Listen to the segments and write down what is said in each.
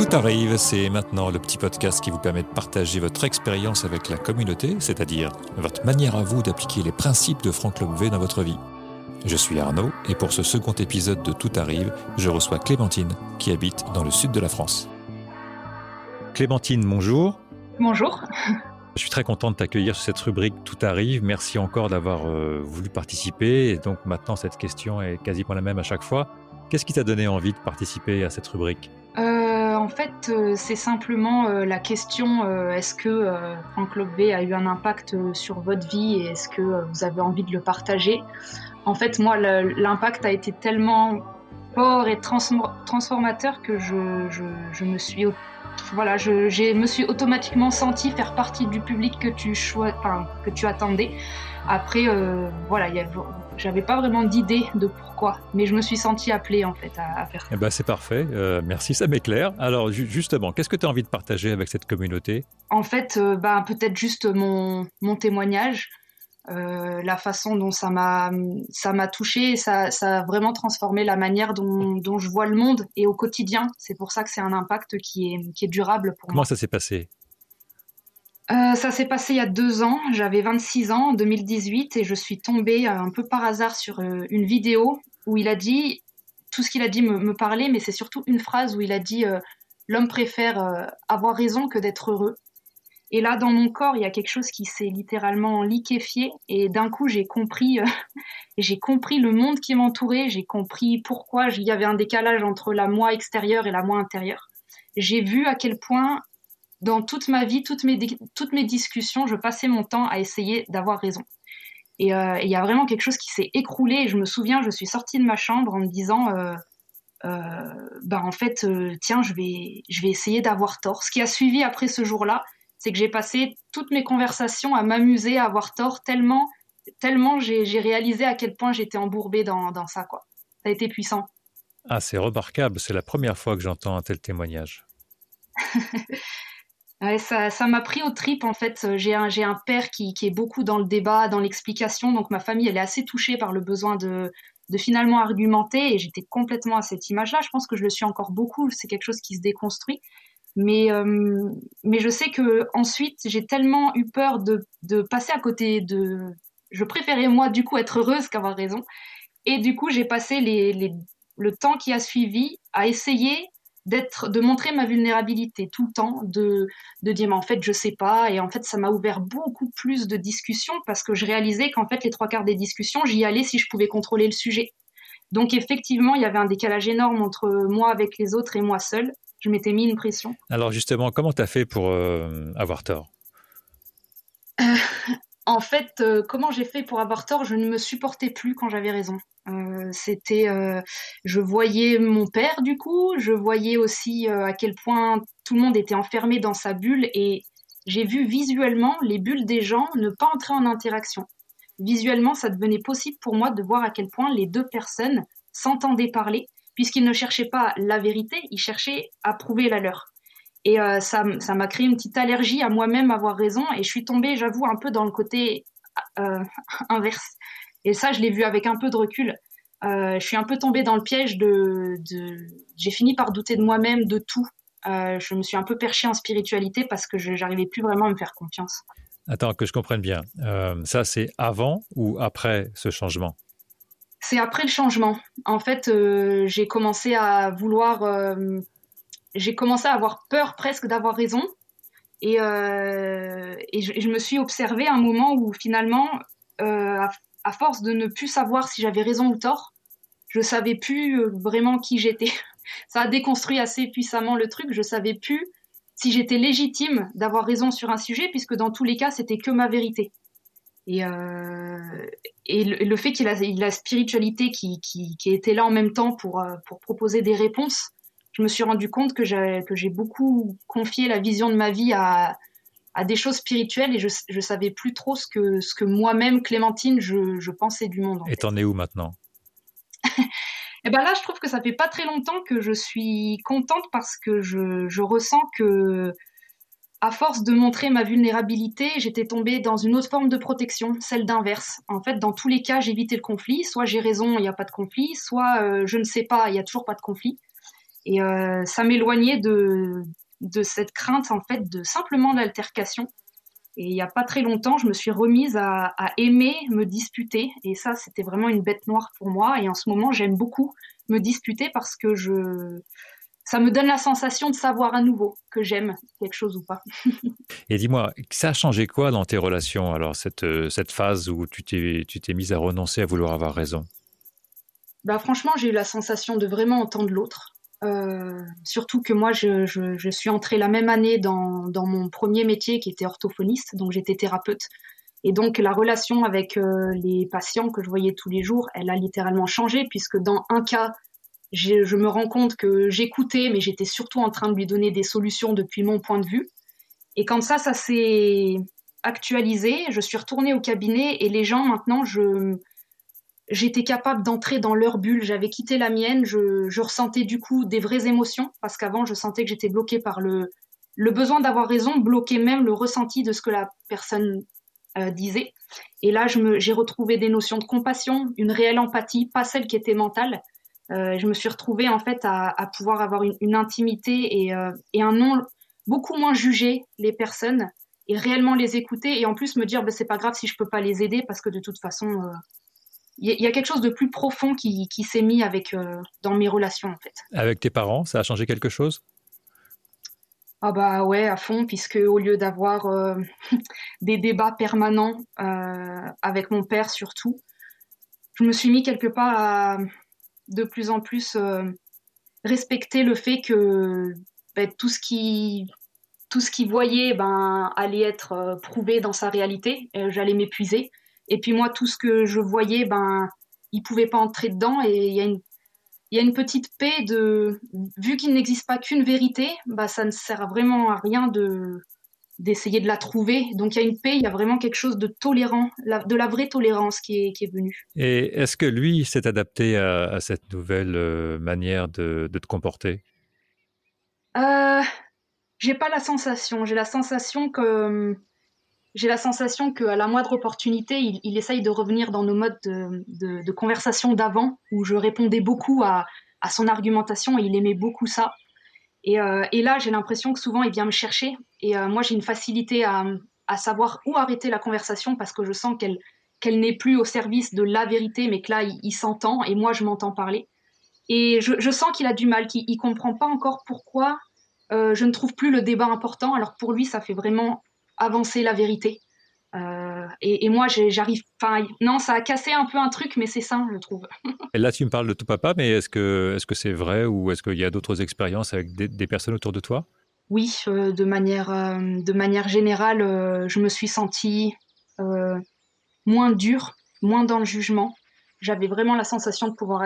Tout arrive, c'est maintenant le petit podcast qui vous permet de partager votre expérience avec la communauté, c'est-à-dire votre manière à vous d'appliquer les principes de Franck Lobvé dans votre vie. Je suis Arnaud et pour ce second épisode de Tout arrive, je reçois Clémentine qui habite dans le sud de la France. Clémentine, bonjour. Bonjour. Je suis très content de t'accueillir sur cette rubrique Tout arrive. Merci encore d'avoir voulu participer. Et donc maintenant, cette question est quasiment la même à chaque fois. Qu'est-ce qui t'a donné envie de participer à cette rubrique ? En fait, c'est simplement la question est-ce que Franck Lobvé a eu un impact sur votre vie et est-ce que vous avez envie de le partager ? En fait, moi, l'impact a été tellement fort et transformateur que je me suis automatiquement sentie faire partie du public que tu attendais. Après, j'avais pas vraiment d'idée de pourquoi, mais je me suis sentie appelée en fait à faire ça. Eh ben, c'est parfait, merci, ça m'éclaire. Alors justement, qu'est-ce que tu as envie de partager avec cette communauté ? En fait, peut-être juste mon témoignage, la façon dont ça m'a touchée, ça a vraiment transformé la manière dont je vois le monde et au quotidien. C'est pour ça que c'est un impact qui est durable pour moi. Comment ça s'est passé ? Ça s'est passé il y a 2 ans, j'avais 26 ans, en 2018, et je suis tombée un peu par hasard sur une vidéo où il a dit, tout ce qu'il a dit me parlait, mais c'est surtout une phrase où il a dit « L'homme préfère avoir raison que d'être heureux ». Et là, dans mon corps, il y a quelque chose qui s'est littéralement liquéfié, et d'un coup, j'ai compris le monde qui m'entourait, j'ai compris pourquoi il y avait un décalage entre la moi extérieure et la moi intérieure. J'ai vu à quel point dans toute ma vie, toutes mes discussions, je passais mon temps à essayer d'avoir raison. Et il y a vraiment quelque chose qui s'est écroulé. Et je me souviens, je suis sortie de ma chambre en me disant, tiens, je vais essayer d'avoir tort. Ce qui a suivi après ce jour-là, c'est que j'ai passé toutes mes conversations à m'amuser à avoir tort, tellement j'ai réalisé à quel point j'étais embourbée dans ça, quoi. Ça a été puissant. Ah, c'est remarquable. C'est la première fois que j'entends un tel témoignage. Ouais, ça m'a pris aux tripes en fait. J'ai un père qui est beaucoup dans le débat, dans l'explication, donc ma famille elle est assez touchée par le besoin de finalement argumenter et j'étais complètement à cette image-là. Je pense que je le suis encore beaucoup. C'est quelque chose qui se déconstruit, mais je sais que ensuite j'ai tellement eu peur de passer à côté de. Je préférais moi du coup être heureuse qu'avoir raison, et du coup j'ai passé le temps qui a suivi à essayer de montrer ma vulnérabilité tout le temps, de dire mais en fait je sais pas, et en fait ça m'a ouvert beaucoup plus de discussions parce que je réalisais qu'en fait les 3/4 des discussions j'y allais si je pouvais contrôler le sujet. Donc effectivement il y avait un décalage énorme entre moi avec les autres et moi seule. Je m'étais mis une pression. Alors justement, comment t'as fait pour avoir tort ? En fait, comment j'ai fait pour avoir tort ? Je ne me supportais plus quand j'avais raison. Je voyais mon père du coup, je voyais aussi à quel point tout le monde était enfermé dans sa bulle et j'ai vu visuellement les bulles des gens ne pas entrer en interaction. Visuellement, ça devenait possible pour moi de voir à quel point les deux personnes s'entendaient parler puisqu'ils ne cherchaient pas la vérité, ils cherchaient à prouver la leur. Et ça m'a créé une petite allergie à moi-même avoir raison et je suis tombée, j'avoue, un peu dans le côté inverse. Et ça, je l'ai vu avec un peu de recul. Je suis un peu tombée dans le piège j'ai fini par douter de moi-même, de tout. Je me suis un peu perchée en spiritualité parce que j'arrivais plus vraiment à me faire confiance. Attends, que je comprenne bien. Ça, c'est avant ou après ce changement ? C'est après le changement. En fait, j'ai commencé à avoir peur presque d'avoir raison. Et je me suis observée à un moment où finalement, à force de ne plus savoir si j'avais raison ou tort, je savais plus vraiment qui j'étais. Ça a déconstruit assez puissamment le truc. Je savais plus si j'étais légitime d'avoir raison sur un sujet, puisque dans tous les cas, c'était que ma vérité. Et le fait qu'il y ait la spiritualité qui était là en même temps pour proposer des réponses, je me suis rendu compte que j'ai beaucoup confié la vision de ma vie à des choses spirituelles et je savais plus trop ce que moi-même, Clémentine, je pensais du monde. Et t'en es où maintenant ? Et ben là, je trouve que ça fait pas très longtemps que je suis contente parce que je ressens que, à force de montrer ma vulnérabilité, j'étais tombée dans une autre forme de protection, celle d'inverse. En fait, dans tous les cas, j'évitais le conflit. Soit j'ai raison, il n'y a pas de conflit, soit je ne sais pas, il n'y a toujours pas de conflit. Et ça m'éloignait de cette crainte, en fait, de simplement l'altercation. Et il n'y a pas très longtemps, je me suis remise à aimer me disputer. Et ça, c'était vraiment une bête noire pour moi. Et en ce moment, j'aime beaucoup me disputer parce que ça me donne la sensation de savoir à nouveau que j'aime quelque chose ou pas. Et dis-moi, ça a changé quoi dans tes relations, alors, cette phase où tu t'es mise à renoncer à vouloir avoir raison? Bah, franchement, j'ai eu la sensation de vraiment entendre l'autre. Surtout que moi, je suis entrée la même année dans mon premier métier qui était orthophoniste, donc j'étais thérapeute. Et donc la relation avec les patients que je voyais tous les jours, elle a littéralement changé puisque dans un cas, je me rends compte que j'écoutais, mais j'étais surtout en train de lui donner des solutions depuis mon point de vue. Et quand ça s'est actualisé, je suis retournée au cabinet et les gens maintenant, j'étais capable d'entrer dans leur bulle. J'avais quitté la mienne. Je ressentais du coup des vraies émotions parce qu'avant, je sentais que j'étais bloquée par le besoin d'avoir raison, bloqué même le ressenti de ce que la personne disait. Et là, j'ai retrouvé des notions de compassion, une réelle empathie, pas celle qui était mentale. Je me suis retrouvée en fait à pouvoir avoir une intimité et un non beaucoup moins juger les personnes et réellement les écouter et en plus me dire c'est pas grave si je peux pas les aider parce que de toute façon il y a quelque chose de plus profond qui s'est mis dans mes relations en fait. Avec tes parents, ça a changé quelque chose? Ah bah ouais, à fond, puisque au lieu d'avoir des débats permanents avec mon père surtout, je me suis mis quelque part à de plus en plus respecter le fait que tout ce qu'il voyait allait être prouvé dans sa réalité, j'allais m'épuiser. Et puis moi, tout ce que je voyais, il pouvait pas entrer dedans et il y a une petite paix vu qu'il n'existe pas qu'une vérité, ça ne sert vraiment à rien d'essayer de la trouver. Donc il y a une paix, il y a vraiment quelque chose de tolérant, de la vraie tolérance qui est venue. Et est-ce que lui s'est adapté à cette nouvelle manière de te comporter? Euh, j'ai pas la sensation. J'ai la sensation qu'à la moindre opportunité, il essaye de revenir dans nos modes de conversation d'avant, où je répondais beaucoup à son argumentation et il aimait beaucoup ça. Et là, j'ai l'impression que souvent, il vient me chercher. Et moi, j'ai une facilité à savoir où arrêter la conversation parce que je sens qu'elle n'est plus au service de la vérité, mais que là, il s'entend et moi, je m'entends parler. Et je sens qu'il a du mal, qu'il ne comprend pas encore pourquoi je ne trouve plus le débat important, alors que pour lui, ça fait vraiment avancer la vérité. Et moi, j'arrive. Enfin, non, ça a cassé un peu un truc, mais c'est ça, je trouve. Et là, tu me parles de ton papa, mais est-ce que c'est vrai ou est-ce qu'il y a d'autres expériences avec des personnes autour de toi? Oui, de manière générale, je me suis sentie euh, moins dure, moins dans le jugement. J'avais vraiment la sensation de pouvoir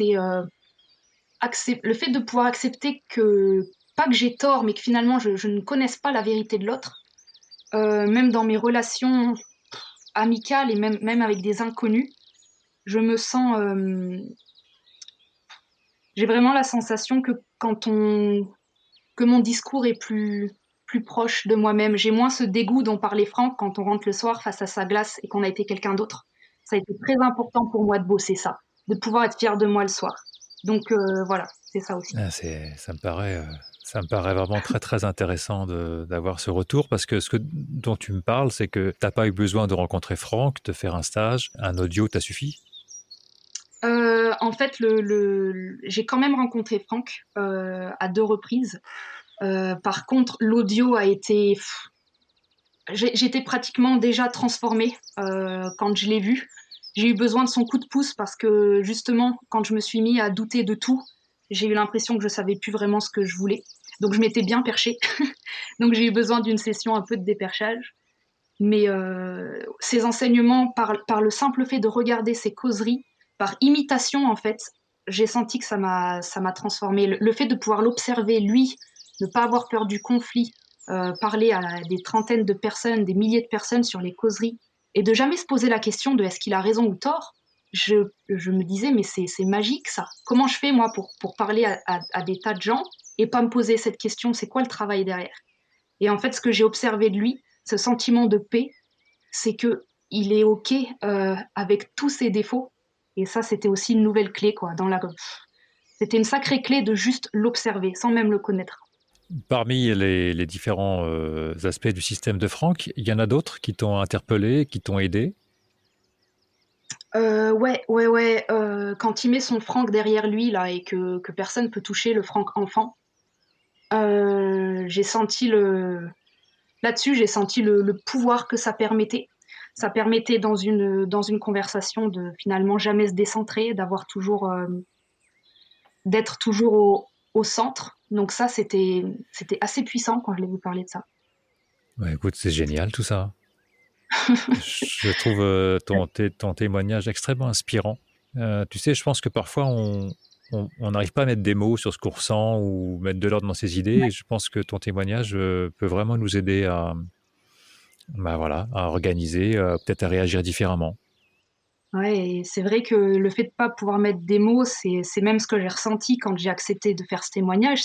le fait de pouvoir accepter pas que j'ai tort, mais que finalement je ne connaisse pas la vérité de l'autre. Même dans mes relations amicales et même avec des inconnus, je me sens, j'ai vraiment la sensation que mon discours est plus proche de moi-même. J'ai moins ce dégoût dont parlait Franck quand on rentre le soir face à sa glace et qu'on a été quelqu'un d'autre. Ça a été très important pour moi de bosser ça, de pouvoir être fière de moi le soir. Donc voilà, c'est ça aussi. Ah, ça me paraît vraiment très très intéressant d'avoir ce retour parce que dont tu me parles, c'est que t'as pas eu besoin de rencontrer Franck, de faire un stage, un audio t'a suffi. En fait, j'ai quand même rencontré Franck à 2 reprises. Par contre, l'audio a été... J'étais pratiquement déjà transformée quand je l'ai vu. J'ai eu besoin de son coup de pouce parce que justement, quand je me suis mis à douter de tout, j'ai eu l'impression que je savais plus vraiment ce que je voulais. Donc je m'étais bien perchée. Donc j'ai eu besoin d'une session un peu de déperchage. Mais ces enseignements, par le simple fait de regarder ces causeries, par imitation en fait, j'ai senti que ça m'a transformée. Le fait de pouvoir l'observer, lui, ne pas avoir peur du conflit, parler à des trentaines de personnes, des milliers de personnes sur les causeries, et de jamais se poser la question de est-ce qu'il a raison ou tort, je me disais, mais c'est magique ça. Comment je fais moi pour parler à des tas de gens et pas me poser cette question, c'est quoi le travail derrière? Et en fait, ce que j'ai observé de lui, ce sentiment de paix, c'est que il est OK avec tous ses défauts. Et ça, c'était aussi une nouvelle clé, quoi. C'était une sacrée clé de juste l'observer, sans même le connaître. Parmi les différents aspects du système de francs, il y en a d'autres qui t'ont interpellé, qui t'ont aidé? Ouais. Quand il met son franc derrière lui, là, et que personne peut toucher le franc enfant, j'ai senti là-dessus, j'ai senti le pouvoir que ça permettait. Ça permettait dans une conversation de finalement jamais se décentrer, d'être toujours au centre. Donc ça, c'était assez puissant quand je l'ai vu parler de ça. Ouais, écoute, c'est génial tout ça. Je trouve ton témoignage extrêmement inspirant. Tu sais, je pense que parfois on n'arrive pas à mettre des mots sur ce qu'on ressent ou mettre de l'ordre dans ses idées. Ouais. Et je pense que ton témoignage peut vraiment nous aider à organiser, peut-être à réagir différemment. Ouais, et c'est vrai que le fait de pas pouvoir mettre des mots, c'est même ce que j'ai ressenti quand j'ai accepté de faire ce témoignage.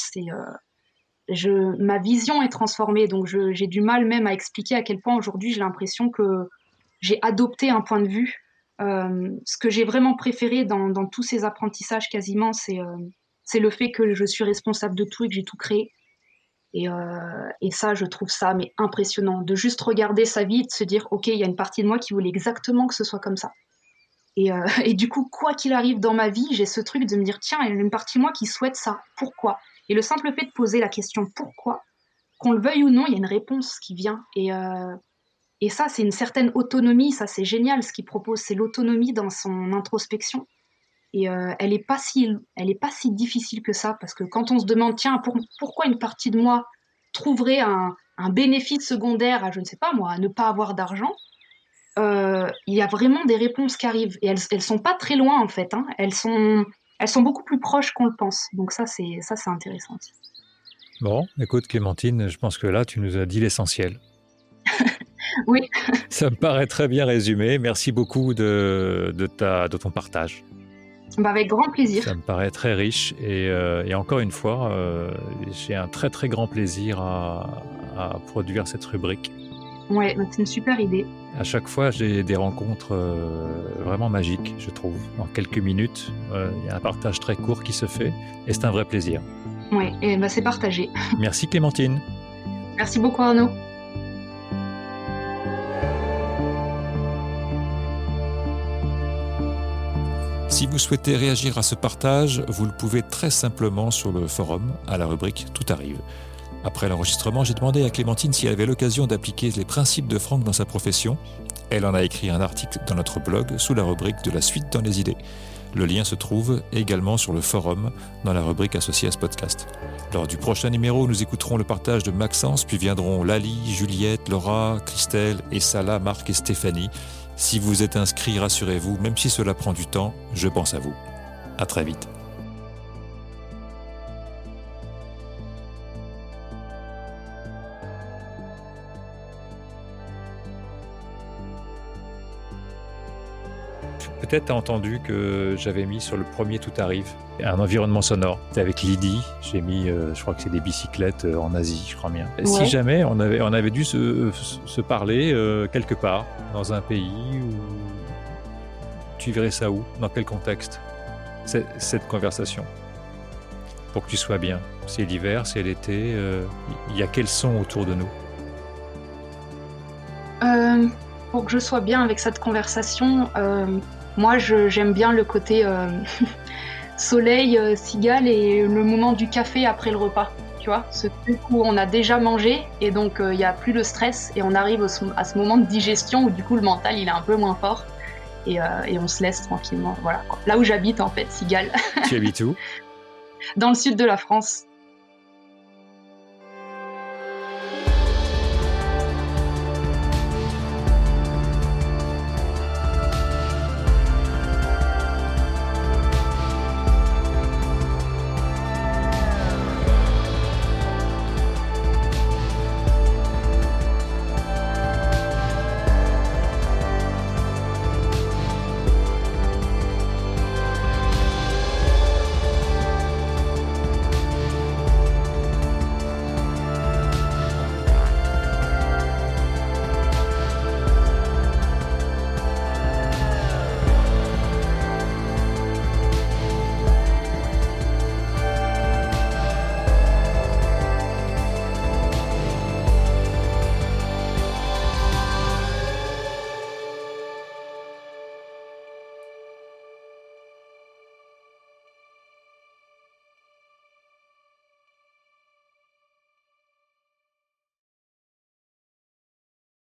Ma vision est transformée, donc j'ai du mal même à expliquer à quel point aujourd'hui j'ai l'impression que j'ai adopté un point de vue. Ce que j'ai vraiment préféré dans tous ces apprentissages quasiment, c'est le fait que je suis responsable de tout et que j'ai tout créé. Et ça, je trouve ça mais impressionnant, de juste regarder sa vie et de se dire, ok, il y a une partie de moi qui voulait exactement que ce soit comme ça. Et du coup, quoi qu'il arrive dans ma vie, j'ai ce truc de me dire, tiens, il y a une partie de moi qui souhaite ça. Pourquoi? Et le simple fait de poser la question pourquoi, qu'on le veuille ou non, il y a une réponse qui vient. Et ça, c'est une certaine autonomie. Ça, c'est génial. Ce qu'il propose, c'est l'autonomie dans son introspection. Et elle est pas si difficile que ça, parce que quand on se demande, tiens, pourquoi une partie de moi trouverait un bénéfice secondaire à, je ne sais pas moi, à ne pas avoir d'argent, il y a vraiment des réponses qui arrivent. Et elles sont pas très loin, en fait. Hein. Elles sont beaucoup plus proches qu'on le pense. Donc ça, c'est intéressant aussi. Bon, écoute Clémentine, je pense que là, tu nous as dit l'essentiel. Oui. Ça me paraît très bien résumé. Merci beaucoup de ton partage. Bah, avec grand plaisir. Ça me paraît très riche et encore une fois, j'ai un très très grand plaisir à produire cette rubrique. Ouais, bah, c'est une super idée. À chaque fois, j'ai des rencontres vraiment magiques, je trouve. En quelques minutes, il y a un partage très court qui se fait et c'est un vrai plaisir. Ouais, et bah, c'est partagé. Merci Clémentine. Merci beaucoup Arnaud. Si vous souhaitez réagir à ce partage, vous le pouvez très simplement sur le forum, à la rubrique « Tout arrive ». Après l'enregistrement, j'ai demandé à Clémentine si elle avait l'occasion d'appliquer les principes de Franck dans sa profession. Elle en a écrit un article dans notre blog sous la rubrique « De la suite dans les idées ». Le lien se trouve également sur le forum dans la rubrique associée à ce podcast. Lors du prochain numéro, nous écouterons le partage de Maxence, puis viendront Lali, Juliette, Laura, Christelle, Essala, Marc et Stéphanie. Si vous êtes inscrits, rassurez-vous, même si cela prend du temps, je pense à vous. À très vite. Peut-être tu as entendu que j'avais mis sur le premier Tout arrive un environnement sonore. C'était avec Lydie. J'ai mis, je crois que c'est des bicyclettes en Asie, je crois bien. Ouais. Si jamais on avait dû se parler quelque part, dans un pays où tu verrais ça où? Dans quel contexte? Cette conversation? Pour que tu sois bien. C'est l'hiver, c'est l'été. Il y a quels sons autour de nous? Pour que je sois bien avec cette conversation, moi j'aime bien le côté soleil, cigale et le moment du café après le repas. Tu vois, ce truc où on a déjà mangé et donc il n'y a plus le stress et on arrive à ce moment de digestion où du coup le mental il est un peu moins fort et on se laisse tranquillement. Voilà, quoi. Là où j'habite en fait, Cigale. Tu habites où? Dans le sud de la France.